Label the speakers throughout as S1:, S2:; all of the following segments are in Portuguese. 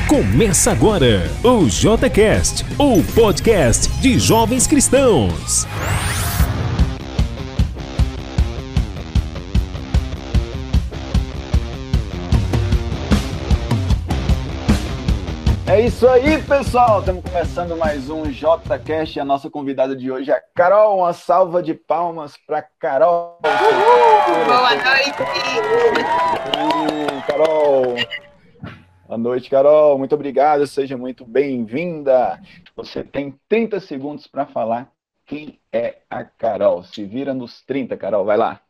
S1: Começa agora o JCast, o podcast de jovens cristãos.
S2: É isso aí, pessoal! Estamos começando mais um JCast e a nossa convidada de hoje é a Carol. Uma salva de palmas para Carol.
S3: Boa noite!
S2: Carol! Boa noite, Carol. Muito obrigado, seja muito bem-vinda. Você tem 30 segundos para falar quem é a Carol. Se vira nos 30, Carol, vai lá.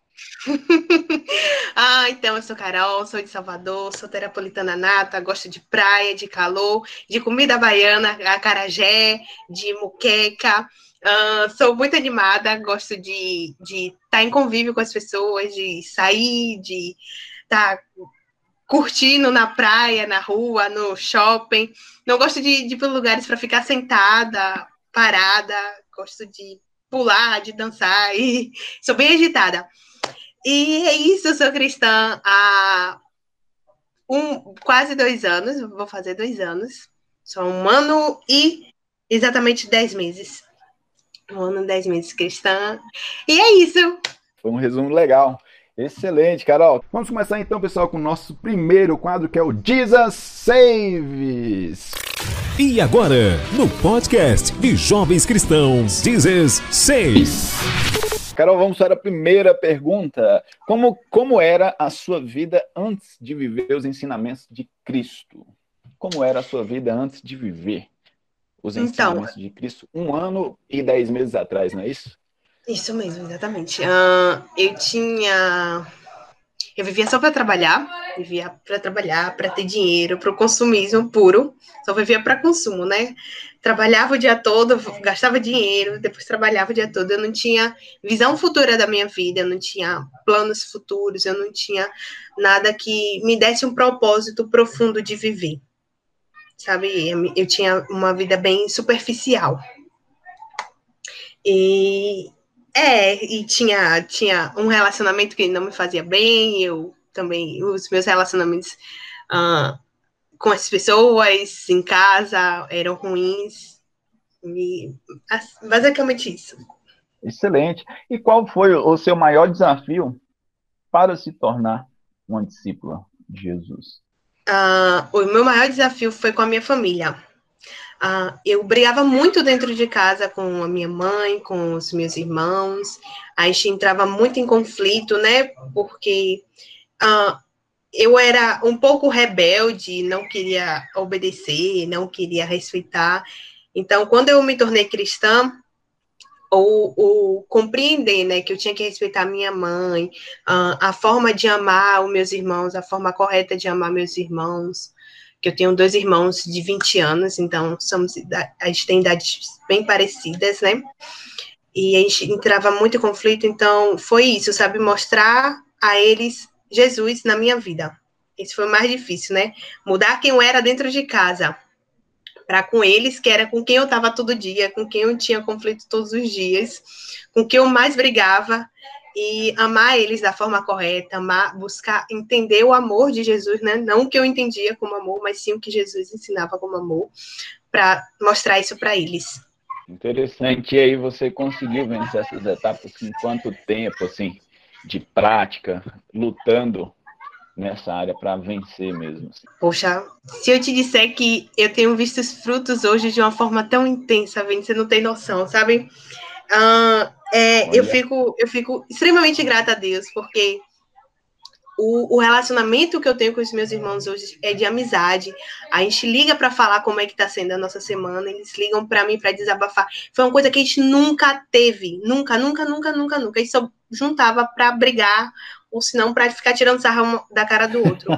S3: Então, eu sou Carol, sou de Salvador, sou terapolitana nata, gosto de praia, de calor, de comida baiana, acarajé, de muqueca. Sou muito animada, gosto de estar em convívio com as pessoas, de sair, de estar curtindo na praia, na rua, no shopping. Não gosto de ir para lugares para ficar sentada, parada. Gosto de pular, de dançar e sou bem agitada. E é isso, eu sou cristã há quase 2 anos, vou fazer 2 anos. Só 1 ano e exatamente 10 meses. 1 ano e 10 meses cristã. E é isso.
S2: Foi um resumo legal. Excelente, Carol. Vamos começar então, pessoal, com o nosso primeiro quadro, que é o Jesus Saves.
S1: E agora, no podcast de jovens cristãos, Jesus Saves.
S2: Carol, vamos para a primeira pergunta. Como era a sua vida antes de viver os ensinamentos de Cristo? Como era a sua vida antes de viver os ensinamentos de Cristo 1 ano e 10 meses atrás, não é isso?
S3: Isso mesmo, exatamente. Eu vivia só para trabalhar, para ter dinheiro, para o consumismo puro. Só vivia para consumo, né? Trabalhava o dia todo, gastava dinheiro, depois trabalhava o dia todo. Eu não tinha visão futura da minha vida, eu não tinha planos futuros, eu não tinha nada que me desse um propósito profundo de viver, sabe? Eu tinha uma vida bem superficial. E tinha um relacionamento que não me fazia bem, eu também, os meus relacionamentos com as pessoas em casa eram ruins, e basicamente isso.
S2: Excelente. E qual foi o seu maior desafio para se tornar uma discípula de Jesus?
S3: O meu maior desafio foi com a minha família. Eu brigava muito dentro de casa com a minha mãe, com os meus irmãos. A gente entrava muito em conflito, né? Porque eu era um pouco rebelde, não queria obedecer, não queria respeitar. Então, quando eu me tornei cristã, ou compreender, né, que eu tinha que respeitar minha mãe, a forma de amar os meus irmãos, a forma correta de amar meus irmãos, que eu tenho 2 irmãos de 20 anos, então a gente tem idades bem parecidas, né? E a gente entrava muito em conflito, então foi isso, sabe? Mostrar a eles Jesus na minha vida. Isso foi o mais difícil, né? Mudar quem eu era dentro de casa, para com eles, que era com quem eu estava todo dia, com quem eu tinha conflito todos os dias, com quem eu mais brigava, e amar eles da forma correta, buscar entender o amor de Jesus, né? Não o que eu entendia como amor, mas sim o que Jesus ensinava como amor, para mostrar isso para eles.
S2: Interessante. E aí você conseguiu vencer essas etapas em quanto tempo, assim, de prática, lutando nessa área para vencer mesmo? Assim?
S3: Poxa, se eu te disser que eu tenho visto os frutos hoje de uma forma tão intensa, Vini, você não tem noção, sabe? Eu fico extremamente grata a Deus, porque o relacionamento que eu tenho com os meus irmãos hoje é de amizade. A gente liga para falar como é que tá sendo a nossa semana, eles ligam para mim para desabafar. Foi uma coisa que a gente nunca teve, nunca. A gente só juntava para brigar, ou senão para ficar tirando sarro da cara do outro.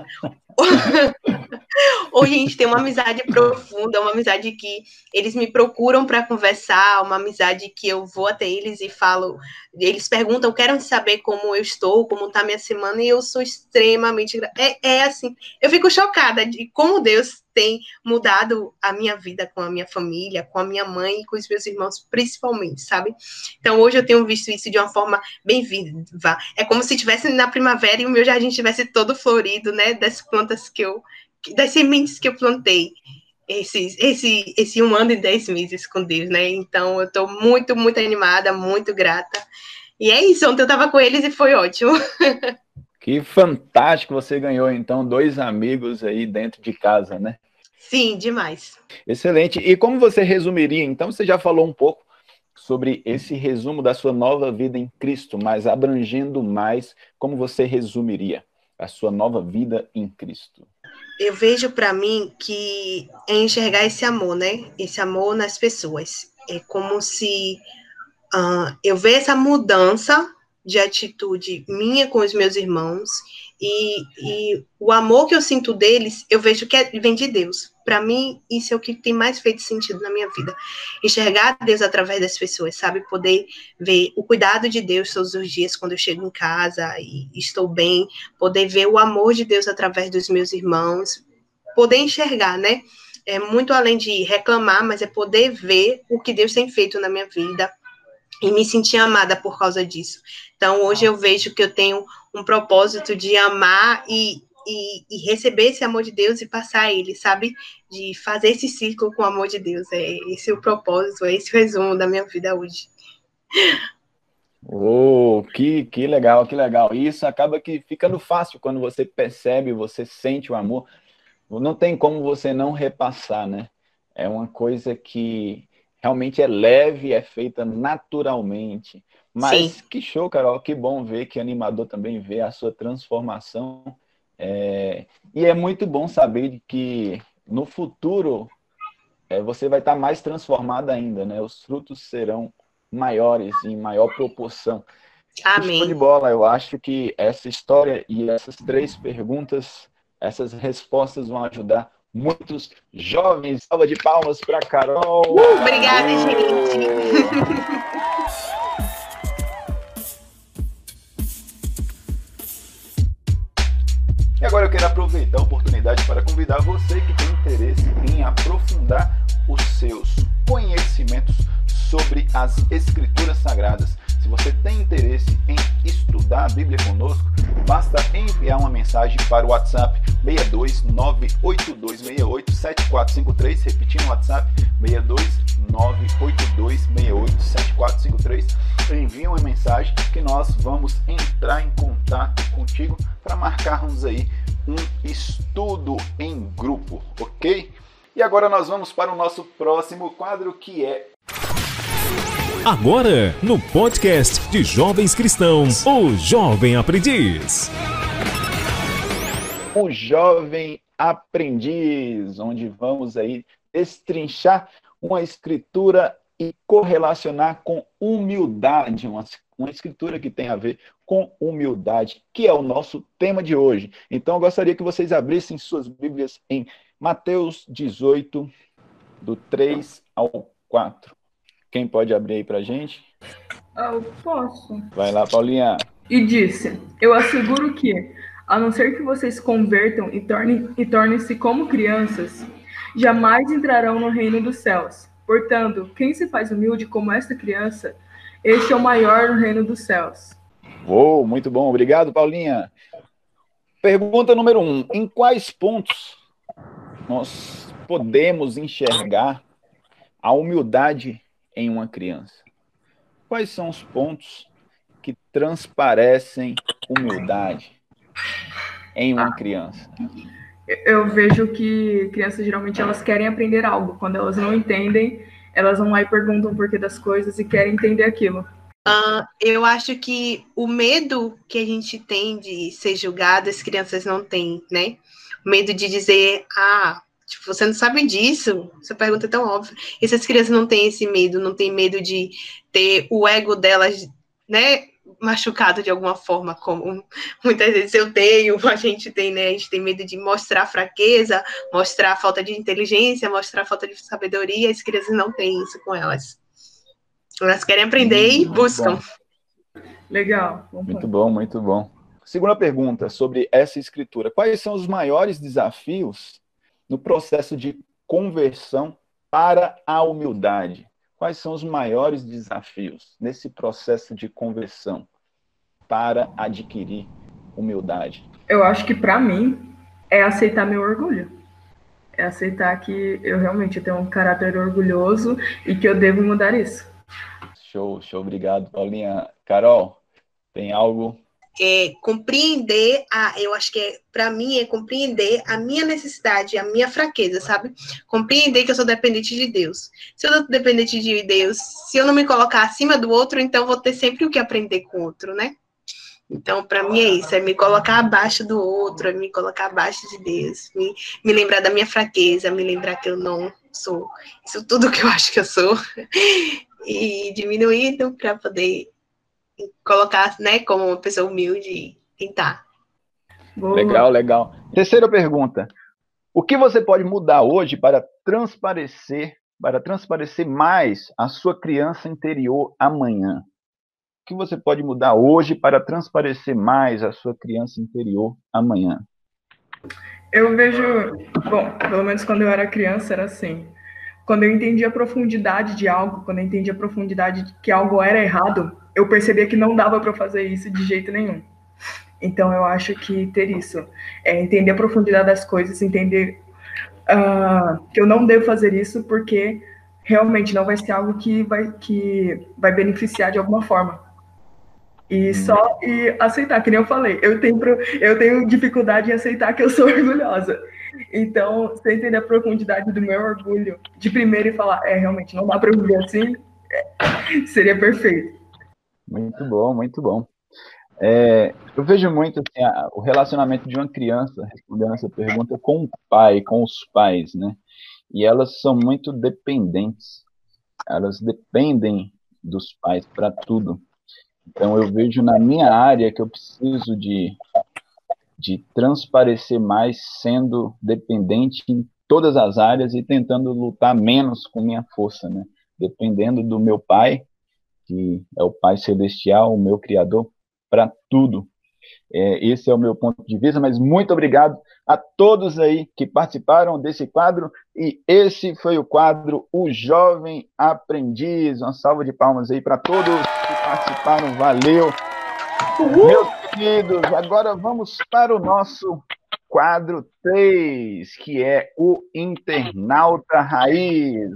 S3: Hoje a gente tem uma amizade profunda, uma amizade que eles me procuram para conversar, uma amizade que eu vou até eles e falo, eles perguntam, querem saber como eu estou, como está a minha semana, e eu sou extremamente... assim, eu fico chocada de como Deus tem mudado a minha vida com a minha família, com a minha mãe e com os meus irmãos, principalmente, sabe? Então, hoje eu tenho visto isso de uma forma bem viva. É como se estivesse na primavera e o meu jardim estivesse todo florido, né? Das plantas das sementes que eu plantei. esse 1 ano e 10 meses com Deus, né? Então, eu estou muito, muito animada, muito grata. E é isso, ontem eu estava com eles e foi ótimo.
S2: Que fantástico, você ganhou, então, 2 amigos aí dentro de casa, né?
S3: Sim, demais.
S2: Excelente. E como você resumiria, então, você já falou um pouco sobre esse resumo da sua nova vida em Cristo, mas abrangendo mais, como você resumiria a sua nova vida em Cristo?
S3: Eu vejo para mim que é enxergar esse amor, né? Esse amor nas pessoas. É como se eu ver essa mudança de atitude minha com os meus irmãos e o amor que eu sinto deles, eu vejo que vem de Deus. Para mim, isso é o que tem mais feito sentido na minha vida. Enxergar Deus através das pessoas, sabe? Poder ver o cuidado de Deus todos os dias quando eu chego em casa e estou bem. Poder ver o amor de Deus através dos meus irmãos. Poder enxergar, né? É muito além de reclamar, mas é poder ver o que Deus tem feito na minha vida e me sentir amada por causa disso. Então, hoje eu vejo que eu tenho um propósito de amar e receber esse amor de Deus e passar ele, sabe? De fazer esse ciclo com o amor de Deus. É esse o propósito, é esse o resumo da minha vida hoje.
S2: Oh, que legal, que legal. E isso acaba que ficando fácil quando você percebe, você sente o amor. Não tem como você não repassar, né? É uma coisa que realmente é leve, é feita naturalmente.
S3: Sim.
S2: Mas que show, Carol, que bom ver, que animador também ver a sua transformação. E é muito bom saber que no futuro você vai estar mais transformada ainda, né? Os frutos serão maiores, em maior proporção. Que show de
S3: Amém.
S2: bola, eu acho que essa história e essas 3 perguntas, essas respostas vão ajudar muitos jovens. Salva de palmas para Carol.
S3: Obrigada, gente.
S2: E agora eu quero aproveitar a oportunidade para convidar você que tem interesse em aprofundar os seus conhecimentos sobre as Escrituras Sagradas. Se você tem interesse em estudar a Bíblia conosco, basta enviar uma mensagem para o WhatsApp 62982687453, repetindo o WhatsApp 62982687453. Envie uma mensagem que nós vamos entrar em contato contigo para marcarmos aí um estudo em grupo, ok? E agora nós vamos para o nosso próximo quadro, que é...
S1: Agora, no podcast de Jovens Cristãos, o Jovem Aprendiz.
S2: O Jovem Aprendiz, onde vamos aí destrinchar uma escritura e correlacionar com humildade, uma escritura que tem a ver com humildade, que é o nosso tema de hoje. Então, eu gostaria que vocês abrissem suas Bíblias em Mateus 18, do 3 ao 4. Quem pode abrir aí pra gente?
S4: Eu posso.
S2: Vai lá, Paulinha.
S4: E disse: Eu asseguro que, a não ser que vocês convertam e tornem-se como crianças, jamais entrarão no reino dos céus. Portanto, quem se faz humilde como esta criança, este é o maior no reino dos céus.
S2: Muito bom. Obrigado, Paulinha. Pergunta número 1. Em quais pontos nós podemos enxergar a humildade em uma criança? Quais são os pontos que transparecem humildade em uma criança?
S4: Eu vejo que crianças geralmente elas querem aprender algo. Quando elas não entendem, elas vão lá e perguntam o porquê das coisas e querem entender aquilo.
S3: Eu acho que o medo que a gente tem de ser julgado, as crianças não têm, né? O medo de dizer, tipo, você não sabe disso, essa pergunta é tão óbvia. E essas crianças não têm esse medo, não têm medo de ter o ego delas, né, machucado de alguma forma, como muitas vezes eu tenho, a gente tem, né? A gente tem medo de mostrar fraqueza, mostrar falta de inteligência, mostrar falta de sabedoria. As crianças não têm isso com elas. Elas querem aprender e buscam.
S2: Bom.
S4: Legal.
S2: Muito bom, muito bom. Segunda pergunta sobre essa escritura. Quais são os maiores desafios no processo de conversão para a humildade? Quais são os maiores desafios nesse processo de conversão para adquirir humildade?
S4: Eu acho que, para mim, é aceitar meu orgulho. É aceitar que eu realmente tenho um caráter orgulhoso e que eu devo mudar isso.
S2: Show, obrigado, Paulinha. Carol, tem algo?
S3: Compreender, eu acho que para mim é compreender a minha necessidade, a minha fraqueza, sabe? Compreender que eu sou dependente de Deus. Se eu sou dependente de Deus, se eu não me colocar acima do outro, então vou ter sempre o que aprender com o outro, né? Então, para mim é isso, é me colocar abaixo do outro, é me colocar abaixo de Deus, me lembrar da minha fraqueza, me lembrar que eu não sou isso tudo que eu acho que eu sou, e diminuindo para poder colocar, né, como uma pessoa humilde e tentar.
S4: Boa.
S2: Legal. Terceira pergunta. O que você pode mudar hoje para transparecer mais a sua criança interior amanhã? O que você pode mudar hoje para transparecer mais a sua criança interior amanhã?
S4: Eu vejo, bom, pelo menos quando eu era criança era assim. Quando eu entendi a profundidade de algo, quando eu entendi a profundidade de que algo era errado, eu percebia que não dava para fazer isso de jeito nenhum. Então eu acho que ter isso, entender a profundidade das coisas, entender que eu não devo fazer isso porque realmente não vai ser algo que vai beneficiar de alguma forma. E aceitar, que nem eu falei, eu tenho dificuldade em aceitar que eu sou orgulhosa. Então, você entender a profundidade do meu orgulho de primeiro e falar, realmente, não dá para eu viver assim, seria perfeito.
S2: Muito bom. Eu vejo muito assim, o relacionamento de uma criança, respondendo essa pergunta, com o pai, com os pais, né? E elas são muito dependentes. Elas dependem dos pais para tudo. Então, eu vejo na minha área que eu preciso de transparecer mais, sendo dependente em todas as áreas e tentando lutar menos com minha força, né? Dependendo do meu pai, que é o Pai Celestial, o meu Criador, para tudo. Esse é o meu ponto de vista, mas muito obrigado a todos aí que participaram desse quadro, e esse foi o quadro O Jovem Aprendiz. Uma salva de palmas aí para todos que participaram, valeu! Meus queridos, agora vamos para o nosso quadro 3, que é o Internauta Raiz.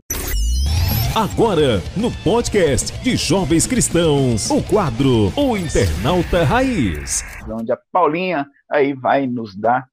S1: Agora, no podcast de Jovens Cristãos, o quadro O Internauta Raiz.
S2: Onde a Paulinha aí vai nos dar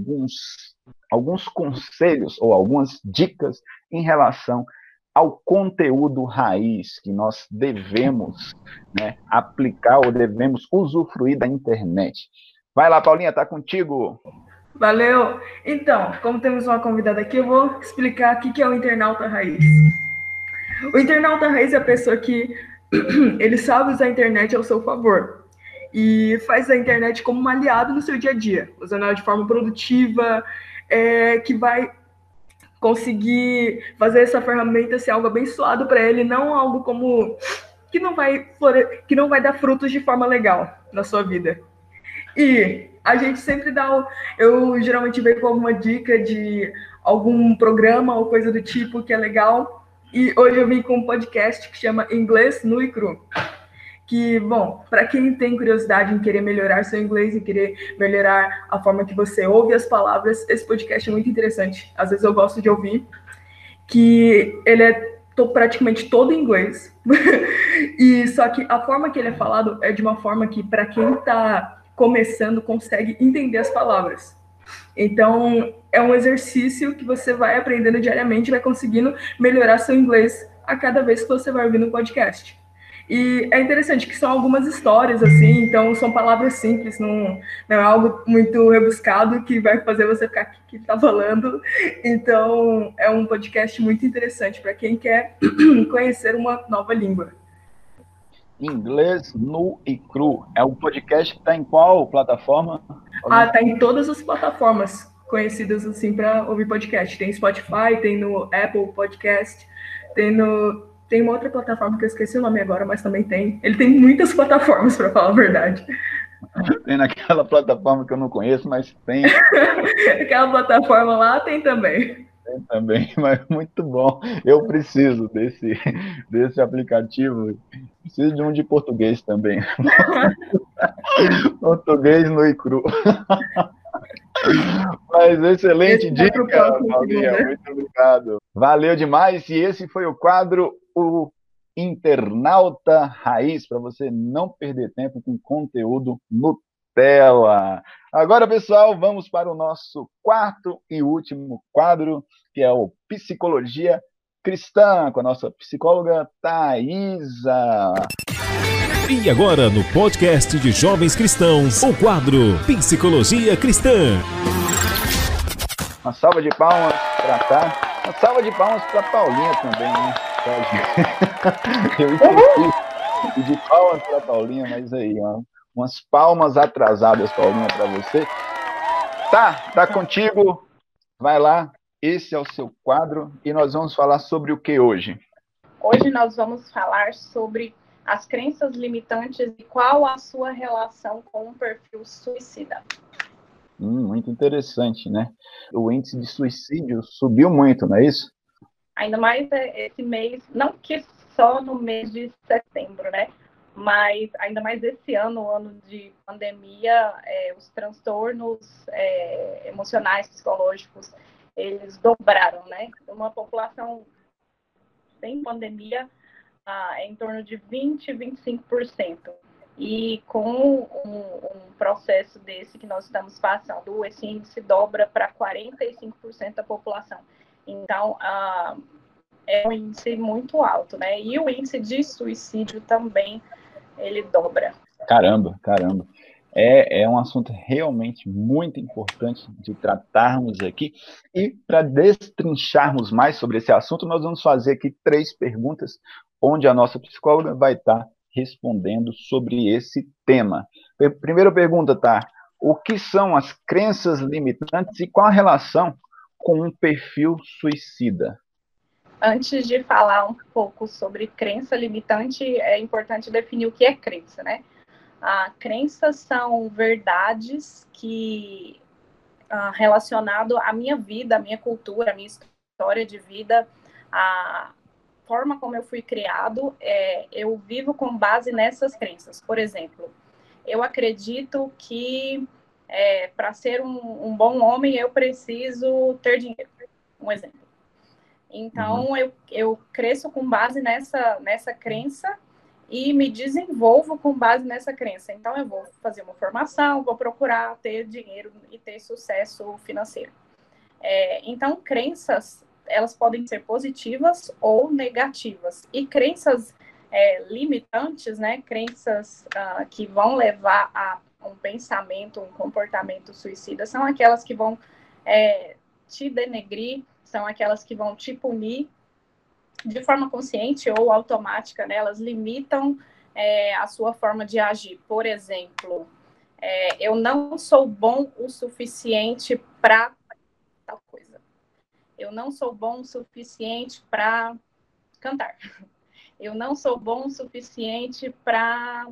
S2: alguns conselhos ou algumas dicas em relação ao conteúdo raiz que nós devemos, né, aplicar ou devemos usufruir da internet. Vai lá, Paulinha, tá contigo.
S4: Valeu! Então, como temos uma convidada aqui, eu vou explicar o que é o Internauta Raiz. O internauta raiz é a pessoa que ele sabe usar a internet ao seu favor e faz a internet como um aliado no seu dia a dia, usando ela de forma produtiva, que vai conseguir fazer essa ferramenta ser algo abençoado para ele, não algo como que não vai dar frutos de forma legal na sua vida. E a gente sempre eu geralmente venho com alguma dica de algum programa ou coisa do tipo que é legal. E hoje eu vim com um podcast que chama Inglês Nu e Cru. Que, bom, para quem tem curiosidade em querer melhorar seu inglês e querer melhorar a forma que você ouve as palavras, esse podcast é muito interessante. Às vezes eu gosto de ouvir, que ele é praticamente todo em inglês. E só que a forma que ele é falado é de uma forma que, para quem está começando, consegue entender as palavras. Então, é um exercício que você vai aprendendo diariamente e vai conseguindo melhorar seu inglês a cada vez que você vai ouvir no podcast. E é interessante que são algumas histórias, assim, então são palavras simples, não é algo muito rebuscado que vai fazer você ficar aqui que tá falando. Então, é um podcast muito interessante para quem quer conhecer uma nova língua.
S2: Inglês Nu e Cru. É um podcast que está em qual plataforma?
S4: Tá em todas as plataformas conhecidas assim para ouvir podcast. Tem Spotify, tem no Apple Podcast, tem uma outra plataforma que eu esqueci o nome agora, mas também tem. Ele tem muitas plataformas, para falar a verdade.
S2: Tem naquela plataforma que eu não conheço, mas tem.
S4: Aquela plataforma lá tem também.
S2: Tem também, mas muito bom. Eu preciso desse aplicativo. Preciso de um de português também. Português Nu e Cru. Mas excelente
S4: Esse é o
S2: dica,
S4: propósito,
S2: Paulinha.
S4: segunda.
S2: Muito obrigado. Valeu demais. E esse foi o quadro, o Internauta Raiz, para você não perder tempo com conteúdo Nutella. Agora, pessoal, vamos para o nosso quarto e último quadro, que é o Psicologia Cristã, com a nossa psicóloga Thaisa.
S1: E agora, no podcast de Jovens Cristãos, o quadro Psicologia Cristã.
S2: Uma salva de palmas para Tá. Uma salva de palmas para Paulinha também, né? Eu esqueci de palmas para Paulinha, mas aí, ó, umas palmas atrasadas, Paulinha, para você. Tá contigo. Vai lá. Esse é o seu quadro e nós vamos falar sobre o que hoje?
S5: Hoje nós vamos falar sobre as crenças limitantes e qual a sua relação com um perfil suicida.
S2: Muito interessante, né? O índice de suicídio subiu muito, não é isso?
S5: Ainda mais esse mês, não que só no mês de setembro, né? Mas ainda mais esse ano, ano de pandemia, os transtornos emocionais, psicológicos, eles dobraram, né? Uma população sem pandemia em torno de 20, 25%. E com um processo desse que nós estamos passando, esse índice dobra para 45% da população. Então, é um índice muito alto, né? E o índice de suicídio também, ele dobra.
S2: Caramba. É um assunto realmente muito importante de tratarmos aqui. E para destrincharmos mais sobre esse assunto, nós vamos fazer aqui 3 perguntas, onde a nossa psicóloga vai estar respondendo sobre esse tema. Primeira pergunta, tá? O que são as crenças limitantes e qual a relação com um perfil suicida?
S5: Antes de falar um pouco sobre crença limitante, é importante definir o que é crença, né? Crenças são verdades que relacionado à minha vida, à minha cultura, à minha história de vida, a forma como eu fui criado, eu vivo com base nessas crenças. Por exemplo, eu acredito que para ser um bom homem eu preciso ter dinheiro. Um exemplo. Então, eu cresço com base nessa crença e me desenvolvo com base nessa crença. Então, eu vou fazer uma formação, vou procurar ter dinheiro e ter sucesso financeiro. Então, crenças, elas podem ser positivas ou negativas. E crenças limitantes, né? Crenças que vão levar a um pensamento, um comportamento suicida, são aquelas que vão te denegrir, são aquelas que vão te punir de forma consciente ou automática, né? Elas limitam a sua forma de agir. Por exemplo, eu não sou bom o suficiente para tal coisa. Eu não sou bom o suficiente para cantar. Eu não sou bom o suficiente para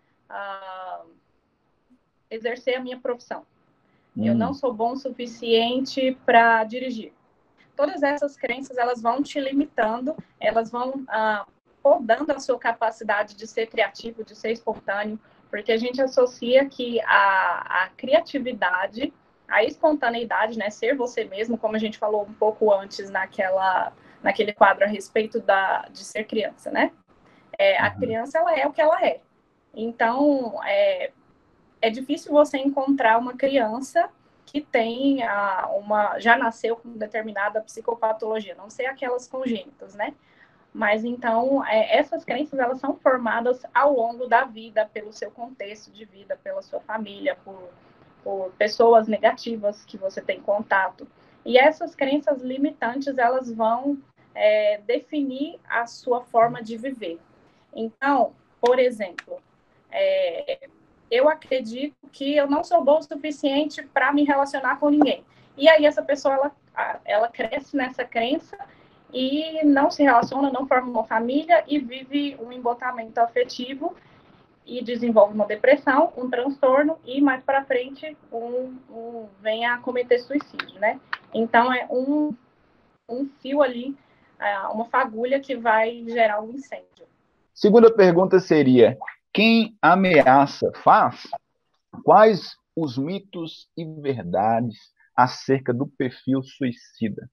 S5: exercer a minha profissão. Eu não sou bom o suficiente para dirigir. Todas essas crenças, elas vão te limitando, elas vão podando a sua capacidade de ser criativo, de ser espontâneo, porque a gente associa que a criatividade, a espontaneidade, né, ser você mesmo, como a gente falou um pouco antes naquele quadro a respeito de ser criança, né? A criança, ela é o que ela é. Então, é difícil você encontrar uma criança que tem já nasceu com determinada psicopatologia, não sei aquelas congênitas, né? Mas então, essas crenças, elas são formadas ao longo da vida, pelo seu contexto de vida, pela sua família, por pessoas negativas que você tem contato. E essas crenças limitantes, elas vão definir a sua forma de viver. Então, por exemplo, eu acredito que eu não sou boa o suficiente para me relacionar com ninguém. E aí essa pessoa, ela cresce nessa crença e não se relaciona, não forma uma família e vive um embotamento afetivo e desenvolve uma depressão, um transtorno e mais para frente vem a cometer suicídio, né? Então é um fio ali, uma fagulha que vai gerar um incêndio.
S2: Segunda pergunta seria: quem ameaça faz? Quais os mitos e verdades acerca do perfil suicida?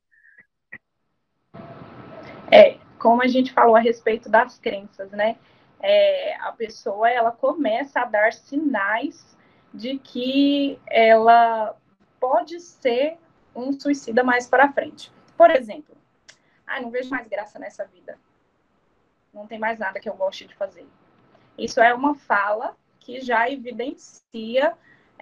S5: Como a gente falou a respeito das crenças, né? A pessoa, ela começa a dar sinais de que ela pode ser um suicida mais para frente. Por exemplo, não vejo mais graça nessa vida. Não tem mais nada que eu goste de fazer. Isso é uma fala que já evidencia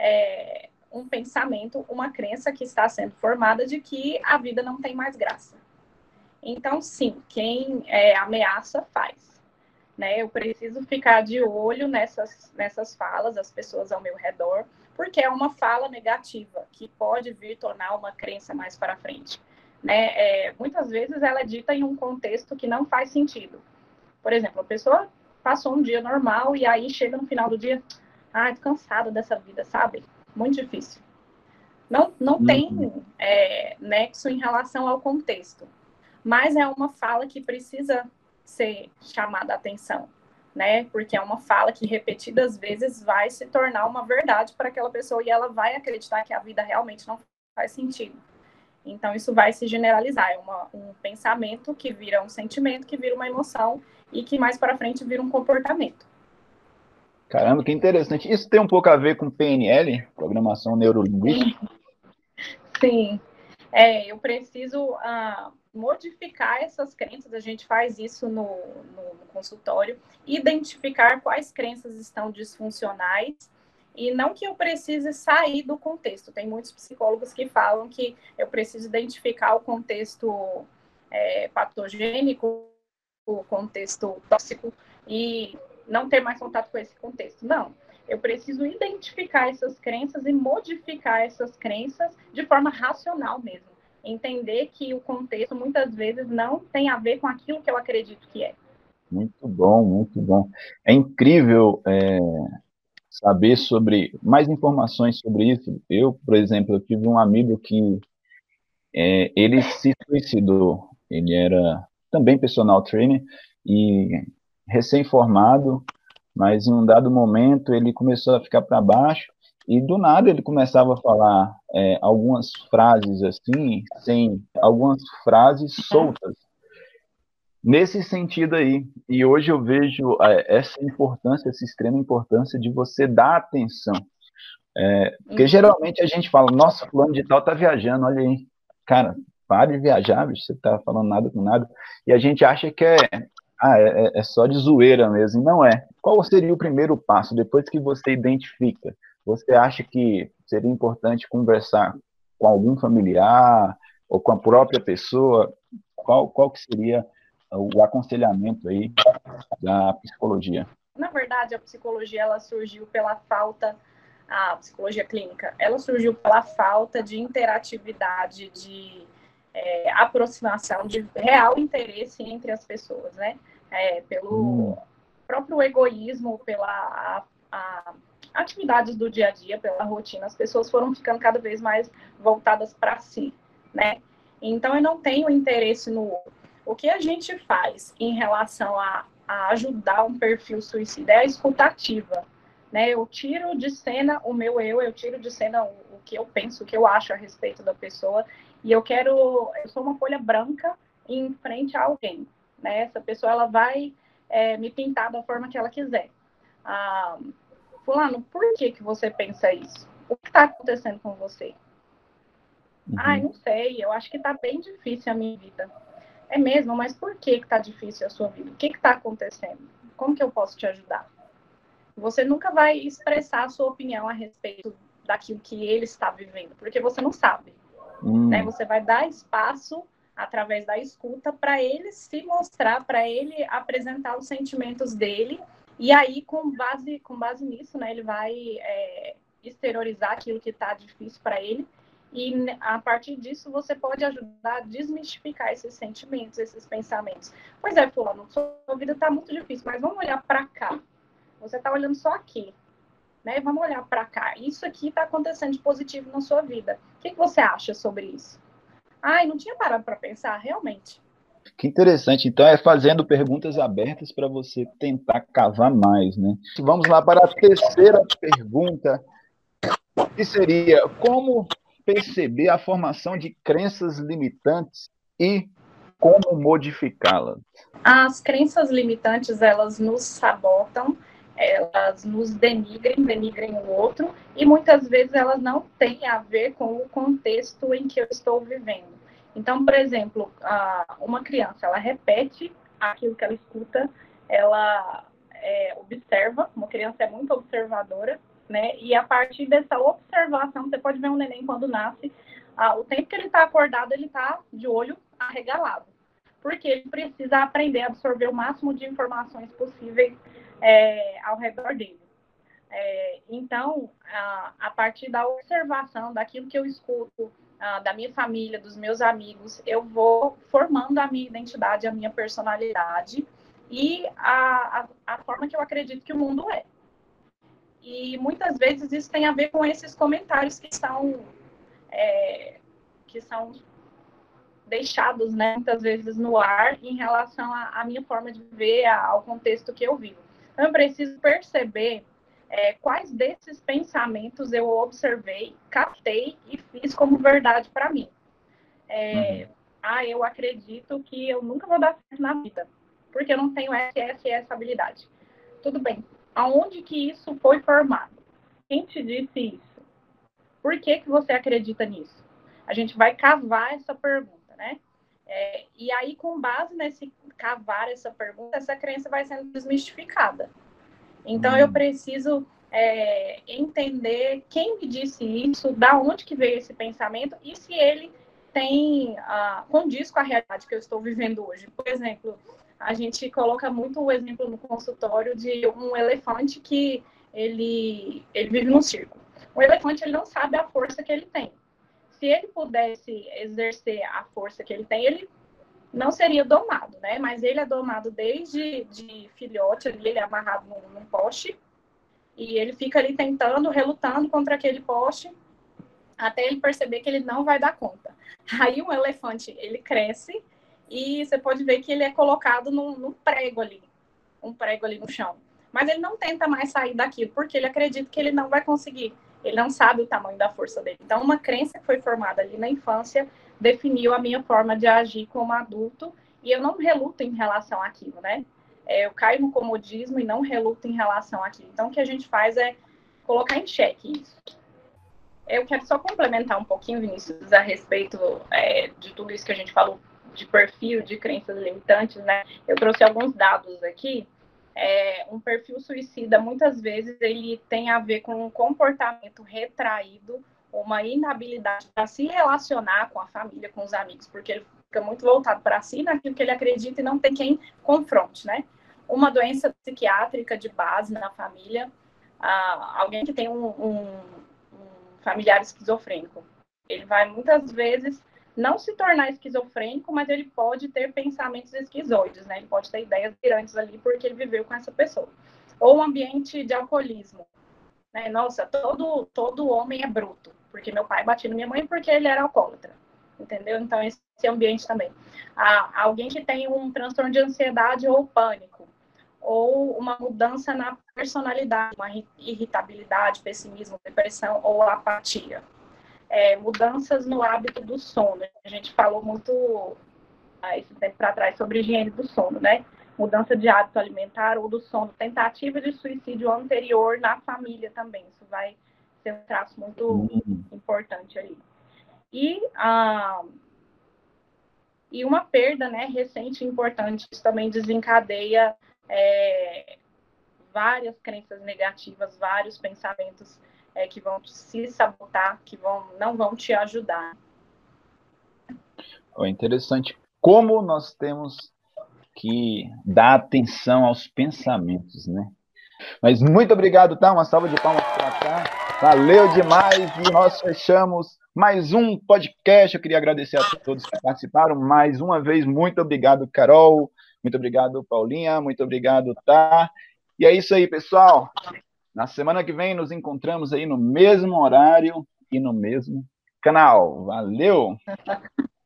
S5: um pensamento, uma crença que está sendo formada de que a vida não tem mais graça. Então, sim, quem ameaça faz. Né? Eu preciso ficar de olho nessas falas, as pessoas ao meu redor, porque é uma fala negativa que pode vir tornar uma crença mais para frente. Né? Muitas vezes ela é dita em um contexto que não faz sentido. Por exemplo, a pessoa passou um dia normal e aí chega no final do dia, tô cansada dessa vida, sabe? Muito difícil. Não tem nexo em relação ao contexto, mas é uma fala que precisa ser chamada a atenção, né? Porque é uma fala que repetidas vezes vai se tornar uma verdade para aquela pessoa e ela vai acreditar que a vida realmente não faz sentido. Então, isso vai se generalizar. É um pensamento que vira um sentimento, que vira uma emoção e que mais para frente vira um comportamento.
S2: Caramba, que interessante. Isso tem um pouco a ver com PNL, Programação Neurolinguística?
S5: Sim. Eu preciso modificar essas crenças. A gente faz isso no consultório. Identificar quais crenças estão disfuncionais. E não que eu precise sair do contexto. Tem muitos psicólogos que falam que eu preciso identificar o contexto patogênico, o contexto tóxico, e não ter mais contato com esse contexto. Não. Eu preciso identificar essas crenças e modificar essas crenças de forma racional mesmo. Entender que o contexto, muitas vezes, não tem a ver com aquilo que eu acredito que é.
S2: Muito bom, muito bom. É incrível saber mais informações sobre isso. Eu, por exemplo, eu tive um amigo que ele se suicidou. Ele era também personal trainer e recém-formado, mas em um dado momento ele começou a ficar para baixo e do nada ele começava a falar algumas frases assim, algumas frases soltas. Nesse sentido aí, e hoje eu vejo essa importância, essa extrema importância de você dar atenção. Porque geralmente a gente fala, nossa, fulano de tal tá viajando, olha aí. Cara, para de viajar, bicho, você tá falando nada com nada. E a gente acha que é só de zoeira mesmo, e não é. Qual seria o primeiro passo, depois que você identifica? Você acha que seria importante conversar com algum familiar, ou com a própria pessoa? Qual que seria o aconselhamento aí da psicologia?
S5: Na verdade, a psicologia ela surgiu pela falta, a psicologia clínica, ela surgiu pela falta de interatividade, de aproximação, de real interesse entre as pessoas, né? Pelo próprio egoísmo, pela atividades do dia a dia, pela rotina, as pessoas foram ficando cada vez mais voltadas para si, né? Então, eu não tenho interesse no outro. O que a gente faz em relação a ajudar um perfil suicida é a escutativa, né? Eu tiro de cena o meu eu tiro de cena o que eu penso, o que eu acho a respeito da pessoa, e eu sou uma folha branca em frente a alguém, né? Essa pessoa, ela vai me pintar da forma que ela quiser. Fulano, por que você pensa isso? O que está acontecendo com você? Não sei, eu acho que está bem difícil a minha vida. É mesmo, mas por que está difícil a sua vida? O que está acontecendo? Como que eu posso te ajudar? Você nunca vai expressar a sua opinião a respeito daquilo que ele está vivendo, porque você não sabe. Né? Você vai dar espaço, através da escuta, para ele se mostrar, para ele apresentar os sentimentos dele, e aí, com base nisso, né, ele vai exteriorizar aquilo que está difícil para ele, e a partir disso você pode ajudar a desmistificar esses sentimentos, esses pensamentos. Pois é, fulano, sua vida está muito difícil, mas vamos olhar para cá. Você está olhando só aqui, né? Vamos olhar para cá. Isso aqui está acontecendo de positivo na sua vida. O que você acha sobre isso? Não tinha parado para pensar, realmente.
S2: Que interessante. Então, fazendo perguntas abertas para você tentar cavar mais, né? Vamos lá para a terceira pergunta. que seria como perceber a formação de crenças limitantes e como modificá-las.
S5: As crenças limitantes, elas nos sabotam, elas nos denigrem o outro, e muitas vezes elas não têm a ver com o contexto em que eu estou vivendo. Então, por exemplo, uma criança, ela repete aquilo que ela escuta, ela observa, uma criança é muito observadora, né? E a partir dessa observação, você pode ver um neném quando nasce, o tempo que ele está acordado, ele está de olho arregalado, porque ele precisa aprender a absorver o máximo de informações possíveis ao redor dele. Então, a partir da observação daquilo que eu escuto, da minha família, dos meus amigos, eu vou formando a minha identidade, a minha personalidade e a forma que eu acredito que o mundo é. E muitas vezes isso tem a ver com esses comentários que são deixados, né, muitas vezes no ar em relação à minha forma de viver, ao contexto que eu vivo. Então, eu preciso perceber quais desses pensamentos eu observei, captei e fiz como verdade para mim. Eu acredito que eu nunca vou dar certo na vida, porque eu não tenho essa habilidade. Tudo bem. Aonde que isso foi formado? Quem te disse isso? Por que você acredita nisso? A gente vai cavar essa pergunta, né? E aí, com base nesse cavar essa pergunta, essa crença vai sendo desmistificada. Então, eu preciso entender quem me disse isso, da onde que veio esse pensamento e se ele condiz com a realidade que eu estou vivendo hoje. Por exemplo, a gente coloca muito o exemplo no consultório de um elefante que ele vive num circo. O elefante, ele não sabe a força que ele tem. Se ele pudesse exercer a força que ele tem, ele não seria domado, né? Mas ele é domado desde filhote, ele é amarrado num poste, e ele fica ali tentando, relutando contra aquele poste, até ele perceber que ele não vai dar conta. Aí um elefante, ele cresce, e você pode ver que ele é colocado num prego ali, um prego ali no chão. Mas ele não tenta mais sair daquilo, porque ele acredita que ele não vai conseguir. Ele não sabe o tamanho da força dele. Então, uma crença que foi formada ali na infância definiu a minha forma de agir como adulto, e eu não reluto em relação àquilo, né? Eu caio no comodismo e não reluto em relação àquilo. Então, o que a gente faz é colocar em xeque isso. Eu quero só complementar um pouquinho, Vinícius, a respeito de tudo isso que a gente falou de perfil, de crenças limitantes, né? Eu trouxe alguns dados aqui. Um perfil suicida, muitas vezes, ele tem a ver com um comportamento retraído, uma inabilidade para se relacionar com a família, com os amigos, porque ele fica muito voltado para si, naquilo que ele acredita e não tem quem confronte, né? Uma doença psiquiátrica de base na família, alguém que tem um familiar esquizofrênico, ele vai muitas vezes não se tornar esquizofrênico, mas ele pode ter pensamentos esquizoides, né? Ele pode ter ideias delirantes ali porque ele viveu com essa pessoa. Ou um ambiente de alcoolismo, né? Nossa, todo homem é bruto, porque meu pai batia na minha mãe porque ele era alcoólatra, entendeu? Então, esse ambiente também. Alguém que tem um transtorno de ansiedade ou pânico, ou uma mudança na personalidade, uma irritabilidade, pessimismo, depressão ou apatia. Mudanças no hábito do sono. A gente falou muito esse tempo para trás sobre higiene do sono, né? Mudança de hábito alimentar ou do sono, tentativa de suicídio anterior na família também. Isso vai ser um traço muito importante ali. E uma perda, né, recente e importante, isso também desencadeia várias crenças negativas, vários pensamentos que vão se sabotar, que não vão te ajudar.
S2: Interessante como nós temos que dar atenção aos pensamentos, né? Mas muito obrigado, tá? Uma salva de palmas para cá. Valeu demais e nós fechamos mais um podcast. Eu queria agradecer a todos que participaram mais uma vez. Muito obrigado, Carol. Muito obrigado, Paulinha. Muito obrigado, Tá? E é isso aí, pessoal. Na semana que vem nos encontramos aí no mesmo horário e no mesmo canal. Valeu!